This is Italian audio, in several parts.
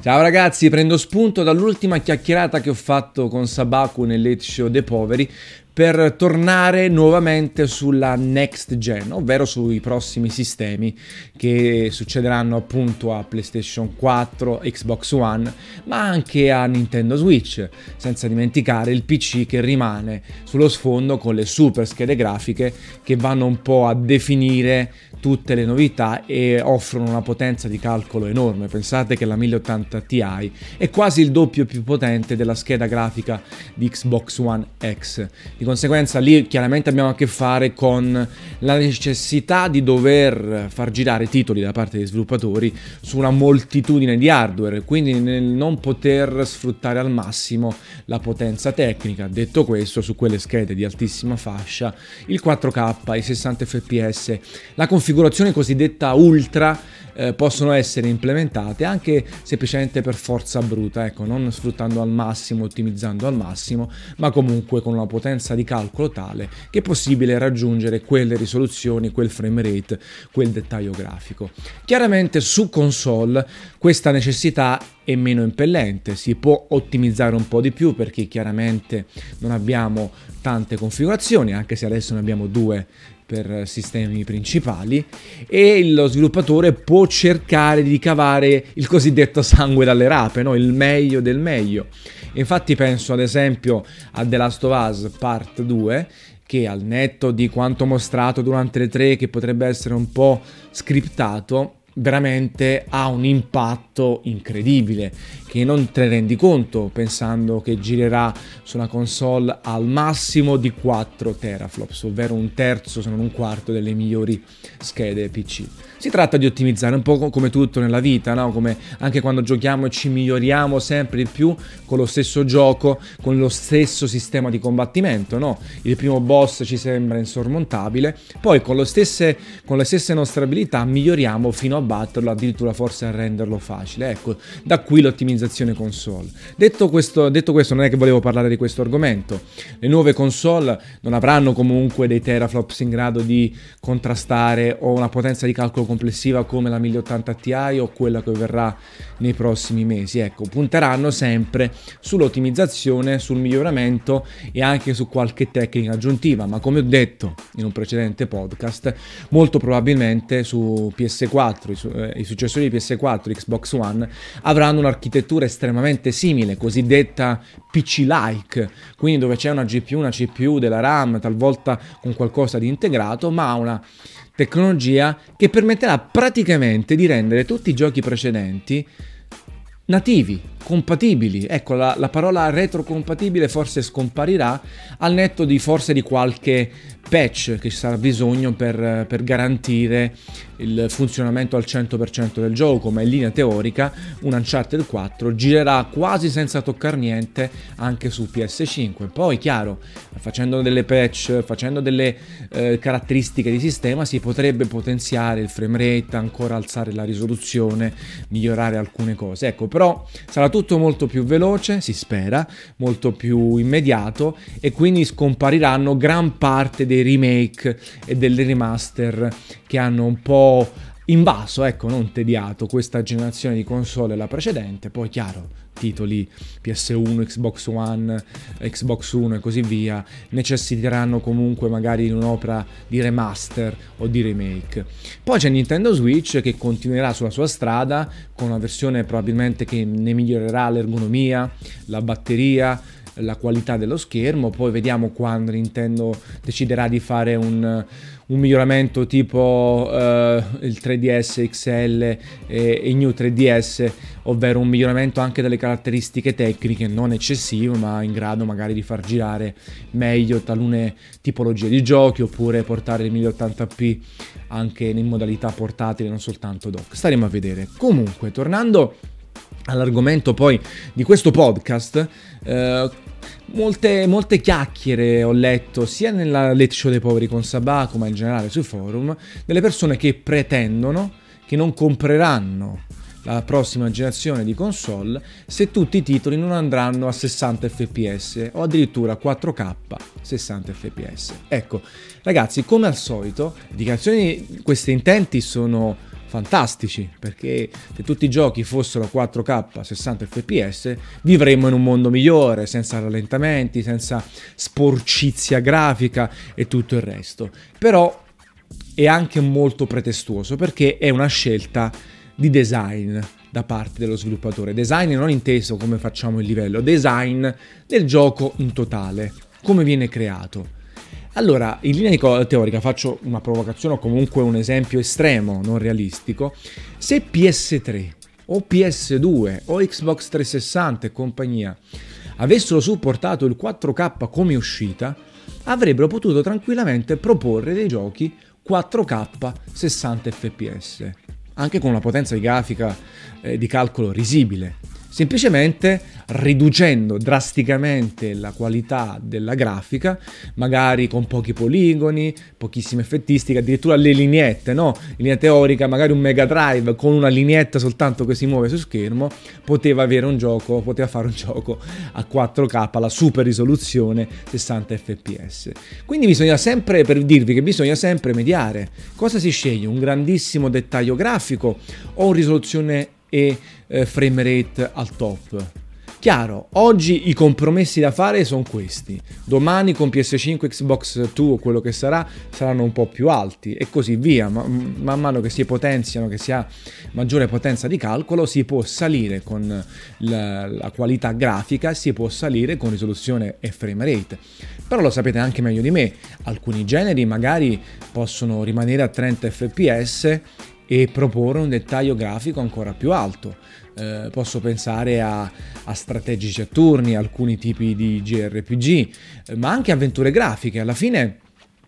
Ciao ragazzi, prendo spunto dall'ultima chiacchierata che ho fatto con Sabaku nel Late Show dei Poveri per tornare nuovamente sulla next gen, ovvero sui prossimi sistemi che succederanno appunto a PlayStation 4, Xbox One, ma anche a Nintendo Switch, senza dimenticare il PC che rimane sullo sfondo con le super schede grafiche che vanno un po' a definire tutte le novità e offrono una potenza di calcolo enorme. Pensate che la 1080 Ti è quasi il doppio più potente della scheda grafica di Xbox One X. Di conseguenza lì chiaramente abbiamo a che fare con la necessità di dover far girare titoli da parte degli sviluppatori su una moltitudine di hardware, quindi nel non poter sfruttare al massimo la potenza tecnica. Detto questo, su quelle schede di altissima fascia, il 4K, i 60 fps, la configurazione cosiddetta ultra possono essere implementate anche semplicemente per forza bruta, ecco, non sfruttando al massimo, ottimizzando al massimo, ma comunque con una potenza di calcolo tale che è possibile raggiungere quelle risoluzioni, quel frame rate, quel dettaglio grafico. Chiaramente su console questa necessità è meno impellente, si può ottimizzare un po' di più perché chiaramente non abbiamo tante configurazioni, anche se adesso ne abbiamo due per sistemi principali, e lo sviluppatore può cercare di cavare il cosiddetto sangue dalle rape, no? Il meglio del meglio. Infatti penso ad esempio a The Last of Us Part 2, che al netto di quanto mostrato durante le 3, che potrebbe essere un po' scriptato, veramente ha un impatto incredibile che non te ne rendi conto pensando che girerà su una console al massimo di 4 teraflops, ovvero un terzo se non un quarto delle migliori schede PC. Si tratta di ottimizzare un po' come tutto nella vita, no? Come anche quando giochiamo e ci miglioriamo sempre di più con lo stesso gioco, con lo stesso sistema di combattimento, no? Il primo boss ci sembra insormontabile, poi con le stesse nostre abilità miglioriamo fino a batterlo, addirittura forse a renderlo facile. Ecco, da qui l'ottimizzazione console. Detto questo, non è che volevo parlare di questo argomento. Le nuove console non avranno comunque dei teraflops in grado di contrastare o una potenza di calcolo complessiva come la 1080 Ti o quella che verrà nei prossimi mesi. Ecco, punteranno sempre sull'ottimizzazione, sul miglioramento e anche su qualche tecnica aggiuntiva, ma come ho detto in un precedente podcast, molto probabilmente su PS4, i successori di PS4, Xbox One, avranno un'architettura estremamente simile, cosiddetta PC-like, quindi dove c'è una GPU, una CPU, della RAM, talvolta con qualcosa di integrato, ma una tecnologia che permetterà praticamente di rendere tutti i giochi precedenti nativi, compatibili. Ecco, la parola retrocompatibile forse scomparirà al netto di forse di qualche patch che ci sarà bisogno per garantire il funzionamento al 100% del gioco, ma in linea teorica un Uncharted 4 girerà quasi senza toccare niente anche su PS5. Poi chiaro, facendo delle patch, facendo delle caratteristiche di sistema, si potrebbe potenziare il frame rate, ancora alzare la risoluzione, migliorare alcune cose. Ecco, però sarà tutto molto più veloce, si spera, molto più immediato, e quindi scompariranno gran parte dei remake e delle remaster che hanno un po' invaso, ecco, non tediato questa generazione di console e la precedente. Poi chiaro, titoli PS1, Xbox One, Xbox One e così via necessiteranno comunque magari di un'opera di remaster o di remake. Poi c'è Nintendo Switch che continuerà sulla sua strada con una versione probabilmente che ne migliorerà l'ergonomia, la batteria, la qualità dello schermo. Poi vediamo quando Nintendo deciderà di fare un miglioramento tipo il 3DS XL e il New 3DS, ovvero un miglioramento anche delle caratteristiche tecniche, non eccessivo ma in grado magari di far girare meglio talune tipologie di giochi, oppure portare il 1080p anche in modalità portatile, non soltanto dock. Staremo a vedere. Comunque, tornando all'argomento poi di questo podcast, molte chiacchiere ho letto sia nella Late Show dei Poveri con Sabaku, ma in generale sui forum, delle persone che pretendono che non compreranno la prossima generazione di console se tutti i titoli non andranno a 60 fps o addirittura 4K 60 fps. Ecco, ragazzi, come al solito, dichiarazioni, questi intenti sono fantastici, perché se tutti i giochi fossero a 4K 60 fps vivremmo in un mondo migliore, senza rallentamenti, senza sporcizia grafica e tutto il resto. Però è anche molto pretestuoso, perché è una scelta di design da parte dello sviluppatore. Design non inteso come facciamo il livello, design del gioco in totale, come viene creato. Allora, in linea teorica faccio una provocazione o comunque un esempio estremo, non realistico. Se PS3 o PS2 o Xbox 360 e compagnia avessero supportato il 4K come uscita, avrebbero potuto tranquillamente proporre dei giochi 4K 60 fps, anche con una potenza di grafica di calcolo risibile, semplicemente riducendo drasticamente la qualità della grafica, magari con pochi poligoni, pochissime effettistiche, addirittura le lineette, no? In linea teorica, magari un Mega Drive con una lineetta soltanto che si muove su schermo poteva fare un gioco a 4K alla super risoluzione 60 fps. Quindi bisogna sempre, per dirvi che bisogna sempre mediare. Cosa si sceglie? Un grandissimo dettaglio grafico o risoluzione e frame rate al top? Chiaro, oggi i compromessi da fare sono questi, domani con PS5, Xbox 2 o quello che sarà, saranno un po' più alti e così via, man mano che si potenziano, che si ha maggiore potenza di calcolo, si può salire con la qualità grafica, si può salire con risoluzione e frame rate. Però lo sapete anche meglio di me, alcuni generi magari possono rimanere a 30 fps e proporre un dettaglio grafico ancora più alto. Posso pensare a strategici a turni, alcuni tipi di JRPG, ma anche avventure grafiche. Alla fine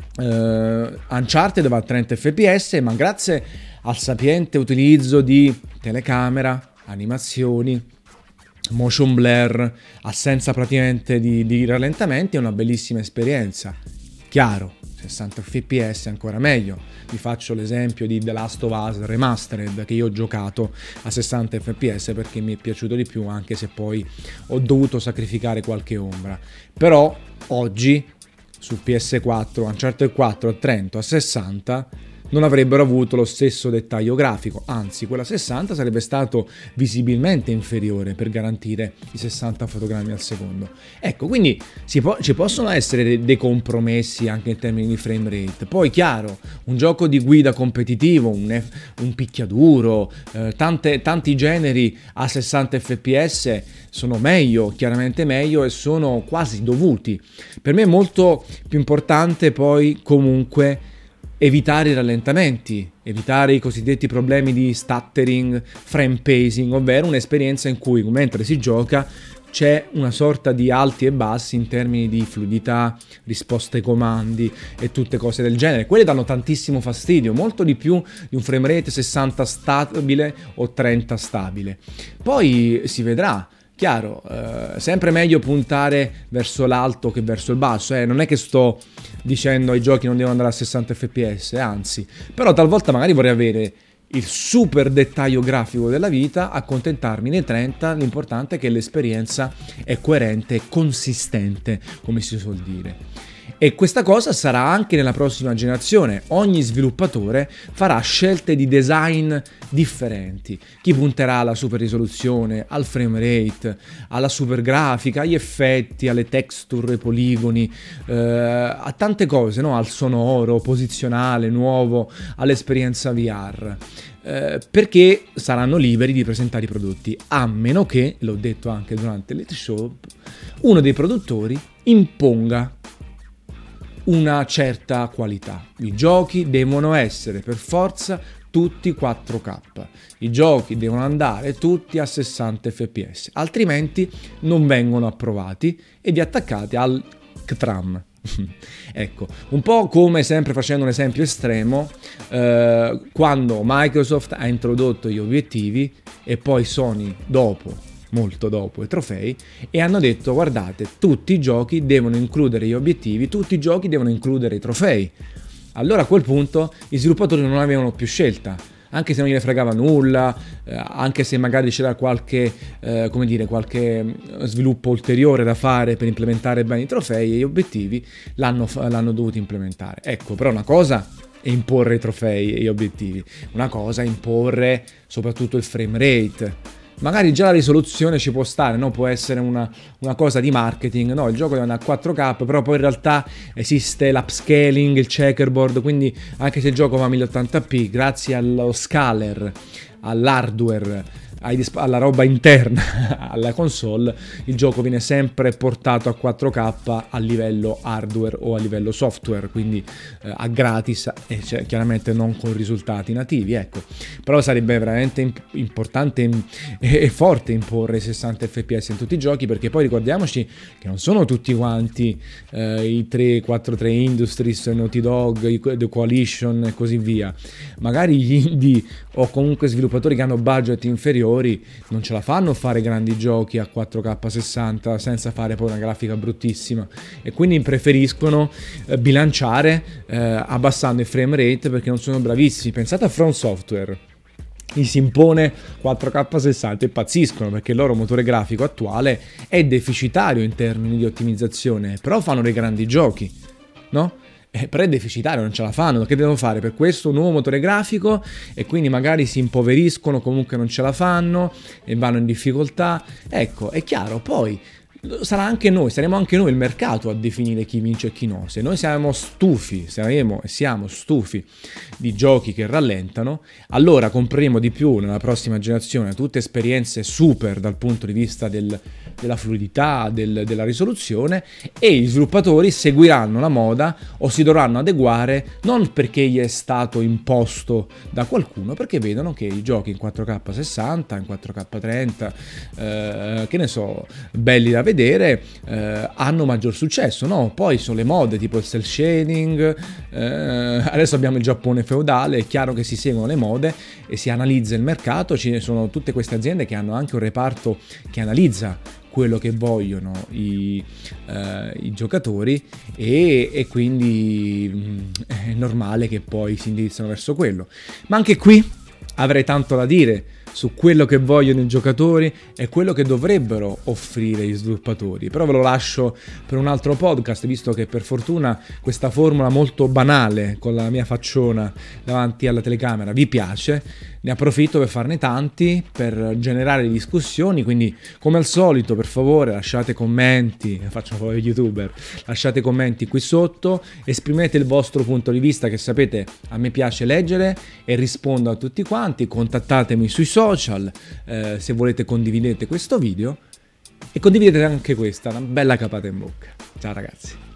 Uncharted va a 30 fps, ma grazie al sapiente utilizzo di telecamera, animazioni, motion blur, assenza praticamente di rallentamenti, è una bellissima esperienza. Chiaro, 60 fps è ancora meglio. Vi faccio l'esempio di The Last of Us Remastered, che io ho giocato a 60 fps perché mi è piaciuto di più, anche se poi ho dovuto sacrificare qualche ombra. Però oggi su PS4 Uncharted 4 a 30 a 60 non avrebbero avuto lo stesso dettaglio grafico, anzi quella 60 sarebbe stato visibilmente inferiore per garantire i 60 fotogrammi al secondo. Ecco, quindi ci possono essere dei compromessi anche in termini di frame rate. Poi chiaro, un gioco di guida competitivo, un picchiaduro, tanti generi a 60 fps sono meglio, chiaramente meglio, e sono quasi dovuti. Per me è molto più importante poi comunque evitare i rallentamenti, evitare i cosiddetti problemi di stuttering, frame pacing, ovvero un'esperienza in cui mentre si gioca c'è una sorta di alti e bassi in termini di fluidità, risposte ai comandi e tutte cose del genere. Quelle danno tantissimo fastidio, molto di più di un frame rate 60 stabile o 30 stabile. Poi si vedrà. Chiaro, sempre meglio puntare verso l'alto che verso il basso, non è che sto dicendo ai giochi non devono andare a 60 fps, anzi, però talvolta magari vorrei avere il super dettaglio grafico della vita, accontentarmi nei 30, l'importante è che l'esperienza è coerente e consistente, come si suol dire. E questa cosa sarà anche nella prossima generazione. Ogni sviluppatore farà scelte di design differenti. Chi punterà alla super risoluzione, al frame rate, alla super grafica, agli effetti, alle texture, ai poligoni, a tante cose, no? Al sonoro, posizionale, nuovo, all'esperienza VR. Perché saranno liberi di presentare i prodotti, a meno che, l'ho detto anche durante il show, uno dei produttori imponga una certa qualità. I giochi devono essere per forza tutti 4K, i giochi devono andare tutti a 60 fps, altrimenti non vengono approvati e vi attaccate al CTRAM. Ecco, un po' come, sempre facendo un esempio estremo, quando Microsoft ha introdotto gli obiettivi e poi Sony molto dopo i trofei, e hanno detto: guardate, tutti i giochi devono includere gli obiettivi, tutti i giochi devono includere i trofei. Allora a quel punto gli sviluppatori non avevano più scelta, anche se non gliene fregava nulla, anche se magari c'era qualche sviluppo ulteriore da fare per implementare bene i trofei, e gli obiettivi l'hanno dovuto implementare. Ecco, però una cosa e imporre i trofei e gli obiettivi. Una cosa è imporre soprattutto il frame rate. Magari già la risoluzione ci può stare, no? Può essere una cosa di marketing, no? Il gioco deve andare a 4K, però poi in realtà esiste l'upscaling, il checkerboard, quindi anche se il gioco va a 1080p, grazie allo scaler, all'hardware, alla roba interna alla console, il gioco viene sempre portato a 4K a livello hardware o a livello software, quindi a gratis e cioè, chiaramente non con risultati nativi, ecco. Però sarebbe veramente importante e forte imporre 60 fps in tutti i giochi, perché poi ricordiamoci che non sono tutti quanti i 343 Industries, Naughty Dog, The Coalition e così via. Magari gli indie o comunque sviluppatori che hanno budget inferiori non ce la fanno a fare grandi giochi a 4K 60 senza fare poi una grafica bruttissima, e quindi preferiscono bilanciare abbassando i frame rate perché non sono bravissimi. Pensate a From Software, gli si impone 4K 60 e impazziscono perché il loro motore grafico attuale è deficitario in termini di ottimizzazione, però fanno dei grandi giochi, no? Però è deficitario, non ce la fanno. Che devono fare per questo? Un nuovo motore grafico, e quindi magari si impoveriscono, comunque non ce la fanno e vanno in difficoltà. Ecco, è chiaro, poi saremo anche noi il mercato a definire chi vince e chi no. Se noi siamo stufi di giochi che rallentano, allora compreremo di più nella prossima generazione tutte esperienze super dal punto di vista della fluidità, della risoluzione, e gli sviluppatori seguiranno la moda o si dovranno adeguare non perché gli è stato imposto da qualcuno, perché vedono che i giochi in 4K 60, in 4K 30, che ne so, belli da vedere, hanno maggior successo, no? Poi sono le mode tipo il cel shading, adesso abbiamo il Giappone feudale, è chiaro che si seguono le mode e si analizza il mercato. Ci sono tutte queste aziende che hanno anche un reparto che analizza quello che vogliono i giocatori, e quindi è normale che poi si indirizzano verso quello. Ma anche qui avrei tanto da dire su quello che vogliono i giocatori e quello che dovrebbero offrire gli sviluppatori, però ve lo lascio per un altro podcast, visto che per fortuna questa formula molto banale con la mia facciona davanti alla telecamera vi piace. Ne approfitto per farne tanti, per generare discussioni, quindi come al solito per favore lasciate commenti, faccio un po' di youtuber, lasciate commenti qui sotto, esprimete il vostro punto di vista, che sapete a me piace leggere e rispondo a tutti quanti. Contattatemi sui social, se volete condividete questo video e condividete anche questa, una bella capata in bocca. Ciao ragazzi.